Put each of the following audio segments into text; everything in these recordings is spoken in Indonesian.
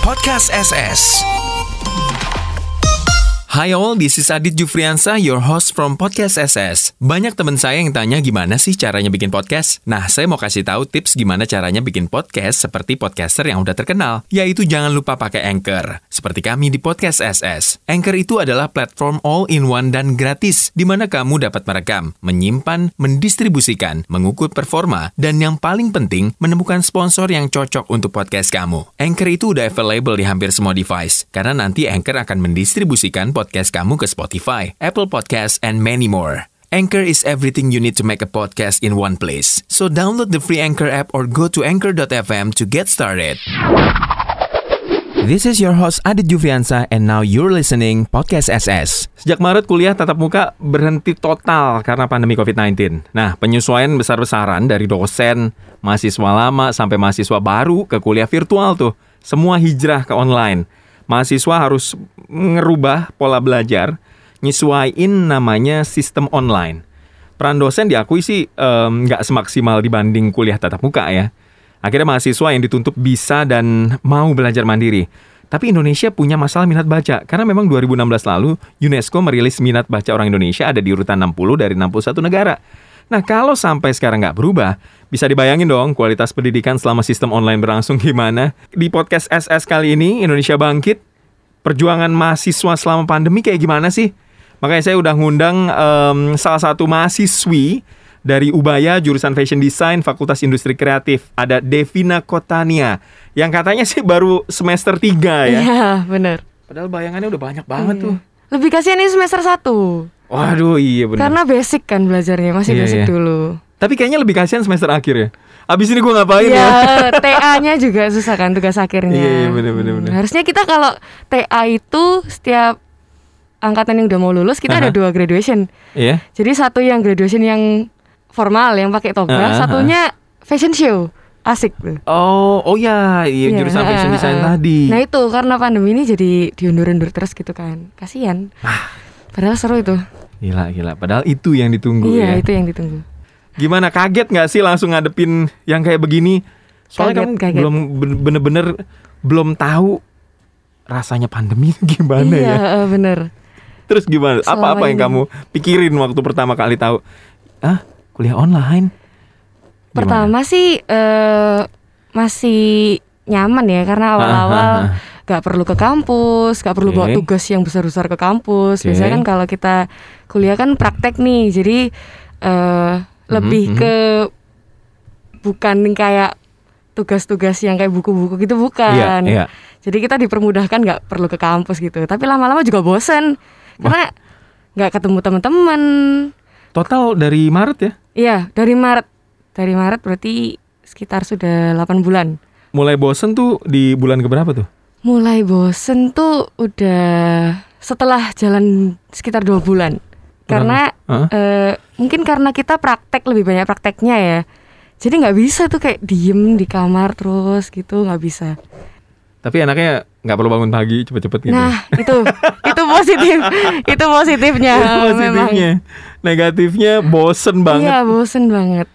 Podcast SS. Hi all, this is Adit Jufriansa, your host from Podcast SS. Banyak teman saya yang tanya gimana sih caranya bikin podcast. Nah, saya mau kasih tahu tips gimana caranya bikin podcast seperti podcaster yang udah terkenal, yaitu jangan lupa pakai Anchor. Seperti kami di Podcast SS. Anchor itu adalah platform all-in-one dan gratis, di mana kamu dapat merekam, menyimpan, mendistribusikan, mengukur performa, dan yang paling penting, menemukan sponsor yang cocok untuk podcast kamu. Anchor itu udah available di hampir semua device, karena nanti Anchor akan mendistribusikan podcast kamu ke Spotify, Apple Podcasts, and many more. Anchor is everything you need to make a podcast in one place. So download the free Anchor app or go to anchor.fm to get started. This is your host Adit Jufriansa and now you're listening Podcast SS. Sejak Maret kuliah tatap muka berhenti total karena pandemi COVID-19. Nah, penyesuaian besar-besaran dari dosen, mahasiswa lama sampai mahasiswa baru ke kuliah virtual tuh. Semua hijrah ke online. Mahasiswa harus ngerubah pola belajar, nyesuaiin namanya sistem online. Peran dosen diakui sih nggak semaksimal dibanding kuliah tatap muka ya. Akhirnya mahasiswa yang dituntut bisa dan mau belajar mandiri. Tapi Indonesia punya masalah minat baca, karena memang 2016 lalu UNESCO merilis minat baca orang Indonesia ada di urutan 60 dari 61 negara. Nah, kalau sampai sekarang nggak berubah, bisa dibayangin dong kualitas pendidikan selama sistem online berlangsung gimana. Di Podcast SS kali ini, Indonesia Bangkit, perjuangan mahasiswa selama pandemi kayak gimana sih? Makanya saya udah ngundang salah satu mahasiswi dari Ubaya, jurusan Fashion Design, Fakultas Industri Kreatif. Ada Devina Kotania, yang katanya sih baru semester 3 ya. Iya, benar. Padahal bayangannya udah banyak banget tuh. Lebih kasihan ini semester 1. Waduh, iya benar. Karena basic kan belajarnya, masih basic dulu. Tapi kayaknya lebih kasihan semester akhir ya. Abis ini gue ngapain ya? TA-nya juga susah kan, tugas akhirnya. Iya, benar. Harusnya kita kalau TA itu setiap angkatan yang udah mau lulus, kita ada 2 graduation. Iya. Jadi satu yang graduation yang formal, yang pakai toga, satunya fashion show. Asik tuh. Oh ya, jurusan Fashion Design tadi. Nah itu, karena pandemi ini jadi diundur-undur terus gitu kan. Kasian. Padahal seru itu. Gila. Padahal itu yang ditunggu ya. Iya, itu yang ditunggu. Gimana, kaget gak sih langsung ngadepin yang kayak begini? Soalnya kaget. Belum bener-bener belum tahu rasanya pandemi gimana ya. Iya, bener. Terus gimana? Apa yang kamu pikirin waktu pertama kali tahu? Kuliah online? Gimana? Pertama sih masih nyaman ya, karena awal-awal gak perlu ke kampus, gak perlu bawa tugas yang besar-besar ke kampus. Biasanya kan kalau kita kuliah kan praktek nih, jadi lebih ke bukan kayak tugas-tugas yang kayak buku-buku gitu, bukan. Iya. Jadi kita dipermudahkan gak perlu ke kampus gitu. Tapi lama-lama juga bosen karena gak ketemu teman-teman. Total dari Maret ya? Iya, dari Maret. Dari Maret berarti sekitar sudah 8 bulan. Mulai bosen tuh di bulan keberapa tuh? Mulai bosen tuh udah setelah jalan sekitar 2 bulan. Karena mungkin karena kita praktek, lebih banyak prakteknya ya. Jadi gak bisa tuh kayak diem di kamar terus gitu, gak bisa. Tapi enaknya gak perlu bangun pagi cepet-cepet gitu. Nah itu positif. Itu positifnya. Memang. Negatifnya bosen banget. Iya, bosen banget.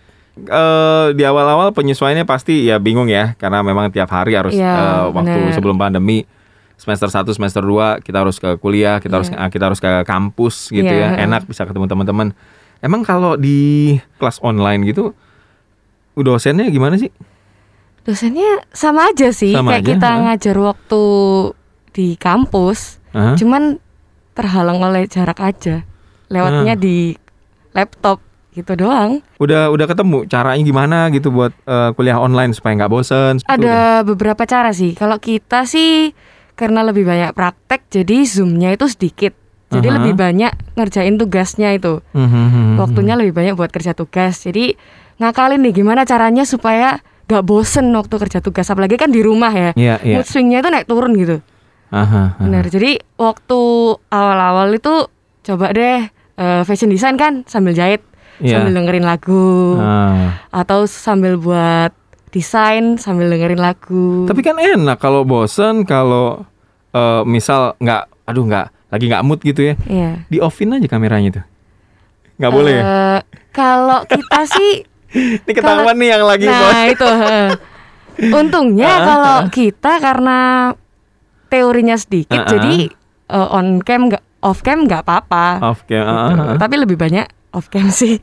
Di awal-awal penyesuaiannya pasti ya bingung ya, karena memang tiap hari harus waktu sebelum pandemi semester 1, semester 2 kita harus ke kuliah, kita harus ke kampus gitu ya. Enak bisa ketemu teman-teman. Emang kalau di kelas online gitu dosennya gimana sih? Dosennya sama aja sih, kayak kita ngajar waktu di kampus. Cuman terhalang oleh jarak aja. Lewatnya di laptop. Gitu doang. Udah ketemu caranya gimana gitu buat kuliah online supaya nggak bosen? Ada beberapa cara sih. Kalau kita sih karena lebih banyak praktek, jadi zoomnya itu sedikit. Jadi lebih banyak ngerjain tugasnya itu. Waktunya lebih banyak buat kerja tugas. Jadi ngakalin nih gimana caranya supaya nggak bosen waktu kerja tugas. Apalagi kan di rumah ya. Mood swingnya itu naik turun gitu. Benar. Jadi waktu awal-awal itu coba deh fashion design kan sambil jahit. Sambil dengerin lagu atau sambil buat desain sambil dengerin lagu. Tapi kan enak kalau bosen, kalau misal lagi nggak mood gitu ya, di offin aja kameranya tuh. Nggak boleh ya? Kalau kita sih ini ketahuan nih yang lagi nah itu untungnya kalau kita karena teorinya sedikit, jadi on cam nggak, off cam nggak apa-apa. Off cam, gitu. Tapi lebih banyak off cam sih.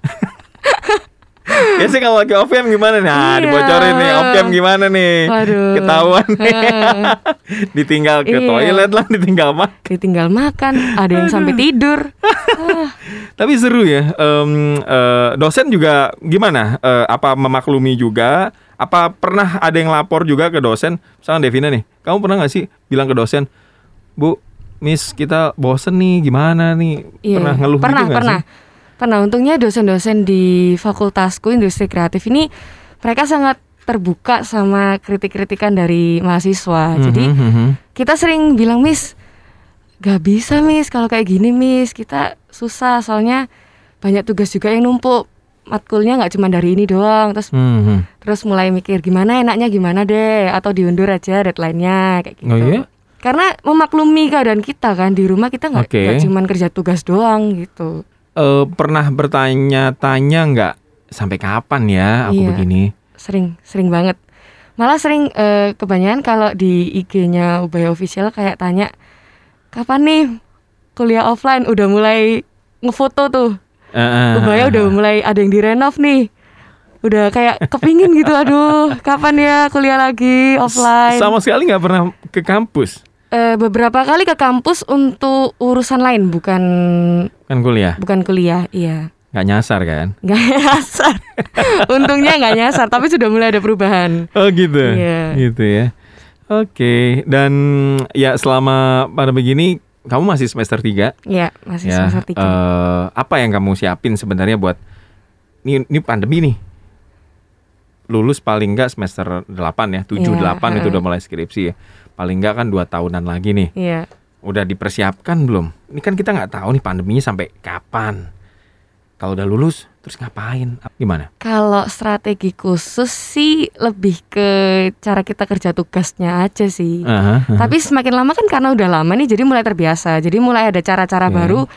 Ya sih kalau lagi off cam gimana nih? Nah, dibocorin nih off cam gimana nih? Waduh. Ketahuan nih. Ditinggal ke toilet lah, ditinggal makan. Ada yang sampai tidur. Tapi seru ya. Dosen juga gimana? Apa memaklumi juga? Apa pernah ada yang lapor juga ke dosen? Misalnya Devina nih, kamu pernah nggak sih bilang ke dosen, Bu, Miss kita bosen nih, gimana nih? Pernah ngeluh gitu nggak sih? Pernah, untungnya dosen-dosen di fakultasku industri kreatif ini mereka sangat terbuka sama kritik-kritikan dari mahasiswa. Jadi kita sering bilang, Miss, gak bisa Miss kalau kayak gini Miss, kita susah soalnya banyak tugas juga yang numpuk, matkulnya gak cuma dari ini doang. Terus mulai mikir gimana enaknya gimana deh, atau diundur aja deadline-nya kayak gitu. Oh iya? Karena memaklumi keadaan kita kan, di rumah kita gak cuma kerja tugas doang gitu. Pernah bertanya-tanya nggak sampai kapan ya aku begini? Sering banget. Malah sering kebanyakan kalau di IG-nya Ubaya Official kayak tanya, kapan nih kuliah offline? Udah mulai ngefoto tuh. Ubaya udah mulai ada yang direnov nih. Udah kayak kepingin gitu, aduh kapan ya kuliah lagi offline. Sama sekali nggak pernah ke kampus? Beberapa kali ke kampus untuk urusan lain, bukan kuliah. Bukan kuliah, iya. Nggak nyasar kan? Nggak nyasar. Untungnya nggak nyasar, tapi sudah mulai ada perubahan. Oh gitu, gitu ya. Oke, dan ya selama pada begini, kamu masih semester 3? Iya, masih semester 3. Apa yang kamu siapin sebenarnya buat ini pandemi nih? Lulus paling nggak semester 8 ya, 7-8 itu udah mulai skripsi ya. Paling nggak kan 2 tahunan lagi nih. Iya. Udah dipersiapkan belum? Ini kan kita nggak tahu nih pandeminya sampai kapan. Kalau udah lulus, terus ngapain? Gimana? Kalau strategi khusus sih lebih ke cara kita kerja tugasnya aja sih. Tapi semakin lama kan karena udah lama nih, jadi mulai terbiasa. Jadi mulai ada cara-cara baru.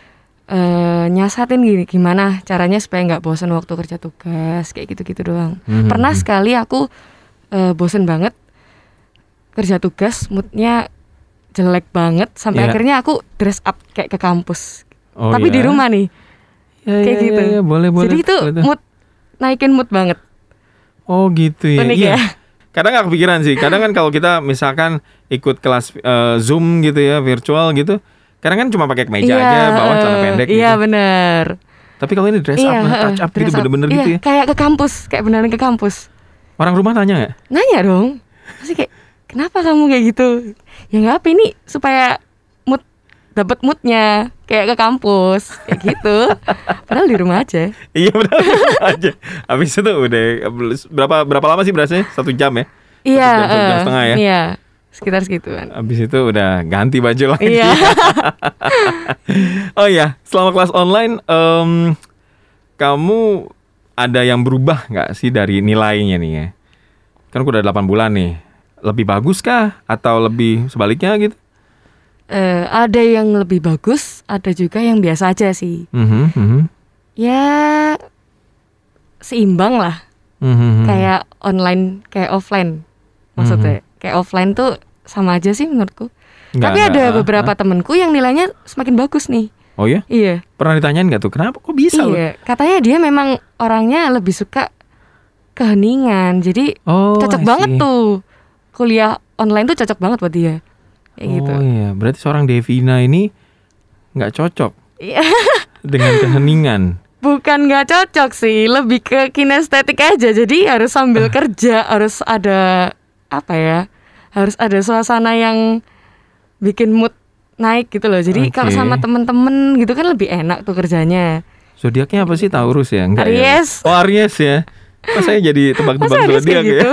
Nyasatin gimana caranya supaya nggak bosan waktu kerja tugas, kayak gitu-gitu doang. Pernah sekali aku bosan banget kerja tugas, moodnya jelek banget sampai akhirnya aku dress up kayak ke kampus. Tapi di rumah nih. Kayak gitu. Boleh. Jadi itu mood, naikin mood banget. Oh gitu ya. Unik ya. Kadang gak kepikiran sih. Kadang kan kalau kita misalkan ikut kelas Zoom gitu ya, virtual gitu, kadang kan cuma pakai kemeja aja, bawah celana pendek gitu. Iya benar. Tapi kalau ini dress up, touch up gitu, bener-bener gitu ya. Kayak ke kampus, kayak beneran ke kampus. Orang rumah tanya nggak? Nanya dong. Masih kayak, kenapa kamu kayak gitu? Ya nggak apa, ini supaya dapat moodnya kayak ke kampus kayak gitu. Padahal di rumah aja. Iya benar aja. Habis itu udah berapa lama sih berasanya? 1 jam ya? Iya. 1 jam setengah ya? Iya. Sekitar segituan. Habis itu udah ganti baju lagi. Iya. Oh iya, selama kelas online kamu ada yang berubah nggak sih dari nilainya nih ya? Kan udah 8 bulan nih. Lebih bagus kah atau lebih sebaliknya gitu? Ada yang lebih bagus, ada juga yang biasa aja sih. Ya seimbang lah. Kayak online, kayak offline. Maksudnya kayak offline tuh sama aja sih menurutku. Tapi ada beberapa temenku yang nilainya semakin bagus nih. Oh ya? Iya. Pernah ditanyain nggak tuh kenapa kok bisa? Iya. Katanya dia memang orangnya lebih suka keheningan. Jadi cocok banget tuh kuliah online tuh cocok banget buat dia. Kayak gitu. Oh iya, berarti seorang Devina ini nggak cocok dengan keheningan. Bukan nggak cocok sih, lebih ke kinestetik aja. Jadi harus sambil kerja, harus ada harus ada suasana yang bikin mood naik gitu loh. Jadi kalau sama temen-temen gitu kan lebih enak tuh kerjanya. Zodiaknya apa sih? Taurus ya? Enggak Aries. Ya? Oh Aries ya. Kok saya jadi tebak-tebak zodiak gitu?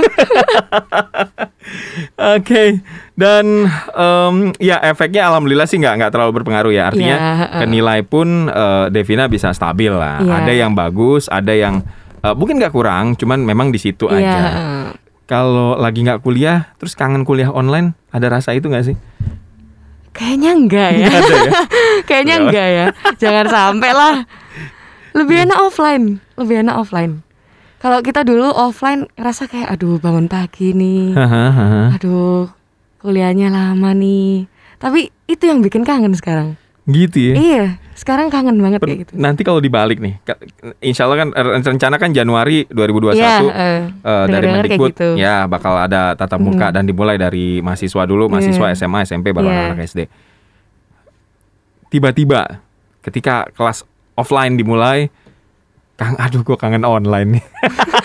Oke. Dan ya efeknya alhamdulillah sih nggak terlalu berpengaruh ya. Artinya ke nilai pun Devina bisa stabil lah. Ada yang bagus, ada yang mungkin nggak kurang, cuman memang di situ aja. Kalau lagi nggak kuliah, terus kangen kuliah online, ada rasa itu nggak sih? Kayaknya enggak ya. Kayaknya enggak ya. Jangan sampai lah. Lebih enak offline. Kalau kita dulu offline rasa kayak aduh bangun pagi nih. Aduh kuliahnya lama nih. Tapi itu yang bikin kangen sekarang. Gitu ya? Iya, sekarang kangen banget kayak gitu. Nanti kalau dibalik nih, insya Allah kan rencana kan Januari 2021 dari Mendikbud gitu. ya bakal ada tatap muka dan dimulai dari mahasiswa dulu, mahasiswa SMA, SMP, baru anak-anak SD. Tiba-tiba ketika kelas offline dimulai, gue kangen online nih.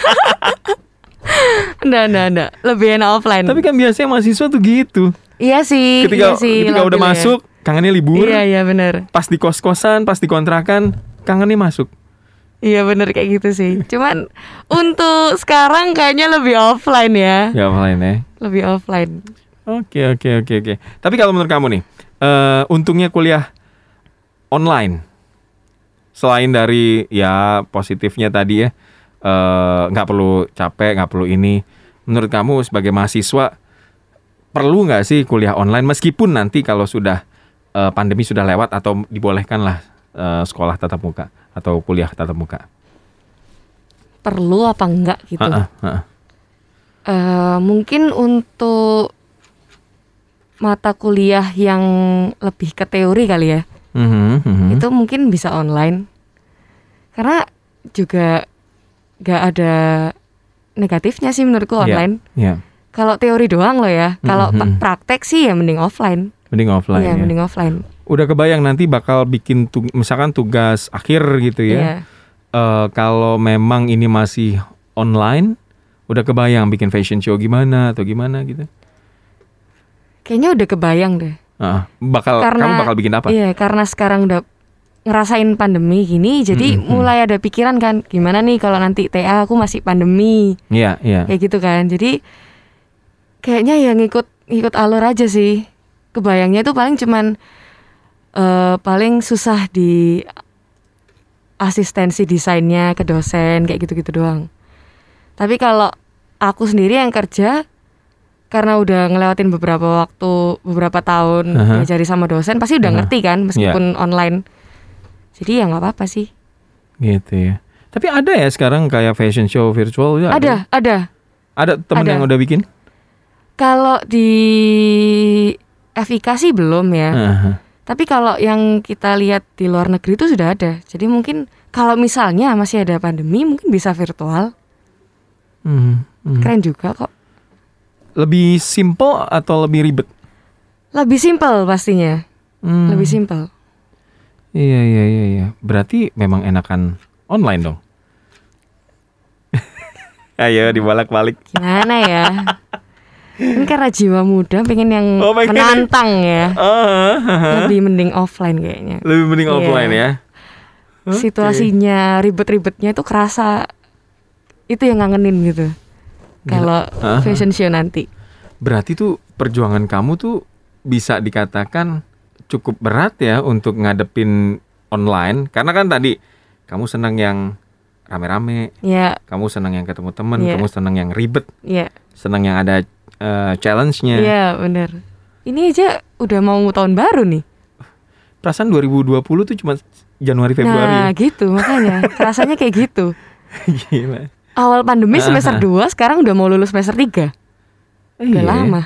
Nggak. Lebih enak offline. Tapi kan biasanya mahasiswa tuh gitu. Iya sih. Ketika udah masuk, kangennya libur. Iya benar. Pas di kos-kosan, pas di kontrakan, kangennya masuk. Iya benar kayak gitu sih. Cuman untuk sekarang kayaknya lebih offline ya. Ya offline ya. Lebih offline. Oke. Tapi kalau menurut kamu nih, untungnya kuliah online, selain dari ya positifnya tadi ya, nggak perlu capek, nggak perlu ini. Menurut kamu sebagai mahasiswa perlu nggak sih kuliah online meskipun nanti kalau sudah pandemi sudah lewat atau dibolehkanlah sekolah tatap muka atau kuliah tatap muka? Perlu apa enggak gitu? Mungkin untuk mata kuliah yang lebih ke teori kali ya, itu mungkin bisa online karena juga nggak ada negatifnya sih menurutku online. Yeah. Kalau teori doang loh ya. Kalau praktek sih ya mending offline. Mending offline. Iya, mending offline. Udah kebayang nanti bakal bikin misalkan tugas akhir gitu ya. Kalau memang ini masih online, udah kebayang bikin fashion show gimana atau gimana gitu? Kayaknya udah kebayang deh. Kamu bakal bikin apa? Iya, karena sekarang udah ngerasain pandemi gini, jadi mulai ada pikiran kan, gimana nih kalau nanti TA aku masih pandemi. Iya. Kayak gitu kan. Jadi kayaknya ya ngikut alur aja sih. Kebayangnya itu paling cuman paling susah di asistensi desainnya ke dosen kayak gitu-gitu doang. Tapi kalau aku sendiri yang kerja, karena udah ngelewatin beberapa tahun diajari sama dosen, pasti udah ngerti kan meskipun online. Jadi ya nggak apa-apa sih. Gitu ya. Tapi ada ya sekarang kayak fashion show virtual ya? Ada. Ada temen yang udah bikin? Kalau di FIK sih belum ya. Tapi kalau yang kita lihat di luar negeri itu sudah ada. Jadi mungkin kalau misalnya masih ada pandemi, mungkin bisa virtual. Keren juga kok. Lebih simple atau lebih ribet? Lebih simple pastinya. Lebih simple. Iya. Berarti memang enakan online dong. Ayo dibolak-balik. Gimana ya? Ini karena jiwa muda pengen yang menantang ya. Lebih mending offline kayaknya. Lebih mending offline ya. Situasinya ribet-ribetnya itu kerasa. Itu yang ngangenin gitu. Kalau fashion show nanti. Berarti tuh perjuangan kamu tuh bisa dikatakan cukup berat ya untuk ngadepin online. Karena kan tadi kamu senang yang rame-rame, kamu senang yang ketemu teman, kamu senang yang ribet, senang yang ada challenge-nya. Iya benar. Ini aja udah mau tahun baru nih. Perasaan 2020 tuh cuma Januari Februari. Nah gitu makanya rasanya kayak gitu. Gila. Awal pandemi semester 2, sekarang udah mau lulus semester 3. Udah lama.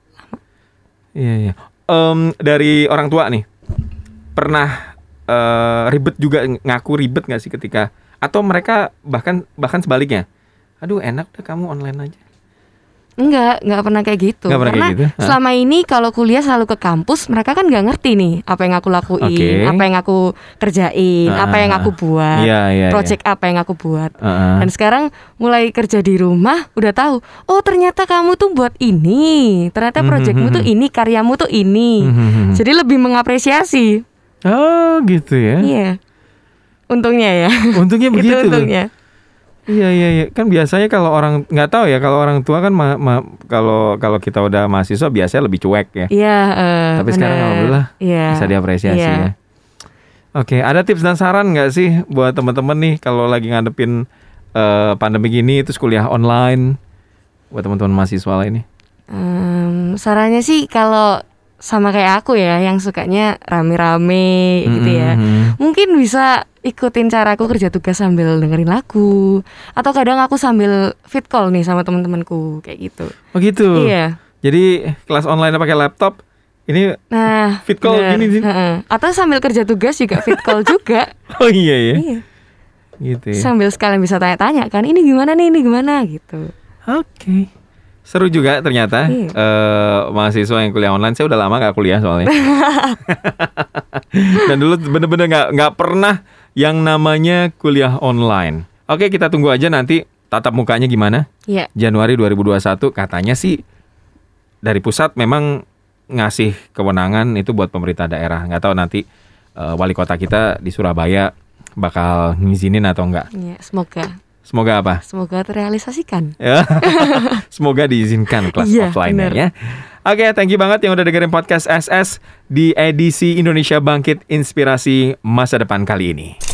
Iya. Dari orang tua nih, pernah ribet juga, ngaku ribet nggak sih ketika, atau mereka bahkan sebaliknya, aduh enak deh kamu online aja? Enggak pernah kayak gitu. Karena selama ini kalau kuliah selalu ke kampus, mereka kan nggak ngerti nih apa yang aku lakuin, apa yang aku kerjain, apa yang aku buat, project apa yang aku buat. Dan sekarang mulai kerja di rumah, udah tahu, oh ternyata kamu tuh buat ini, ternyata projectmu tuh ini, karyamu tuh ini. Jadi lebih mengapresiasi. Oh gitu ya. Iya. Untungnya ya. Untungnya begitu. Itu untungnya. Iya. Kan biasanya kalau orang nggak tahu ya, kalau orang tua kan kalau kita udah mahasiswa biasanya lebih cuek ya. Iya. Tapi sekarang alhamdulillah bisa diapresiasi ya. Oke, ada tips dan saran nggak sih buat teman-teman nih kalau lagi ngadepin pandemi gini terus kuliah online buat teman-teman mahasiswa lainnya? Sarannya sih kalau sama kayak aku ya, yang sukanya rame-rame gitu ya, mungkin bisa ikutin caraku kerja tugas sambil dengerin lagu, atau kadang aku sambil fit call nih sama teman-temanku kayak gitu. Oh gitu. Iya. Jadi kelas online pakai laptop ini fit call gini sih. Atau sambil kerja tugas juga fit call juga. Oh iya ya. Iya. Gitu ya. Sambil sekalian bisa tanya-tanya kan, ini gimana gitu. Oke. Seru juga ternyata. Mahasiswa yang kuliah online. Saya udah lama gak kuliah soalnya. Dan dulu bener-bener gak pernah yang namanya kuliah online. Oke, kita tunggu aja nanti tatap mukanya gimana. Januari 2021 katanya sih dari pusat memang ngasih kewenangan itu buat pemerintah daerah. Nggak tahu nanti wali kota kita di Surabaya bakal ngizinin atau enggak. Iya, semoga. Semoga apa? Semoga terrealisasikan. Semoga diizinkan kelas offline-nya ya. Oke, thank you banget yang udah dengerin podcast SS di edisi Indonesia Bangkit Inspirasi Masa Depan kali ini.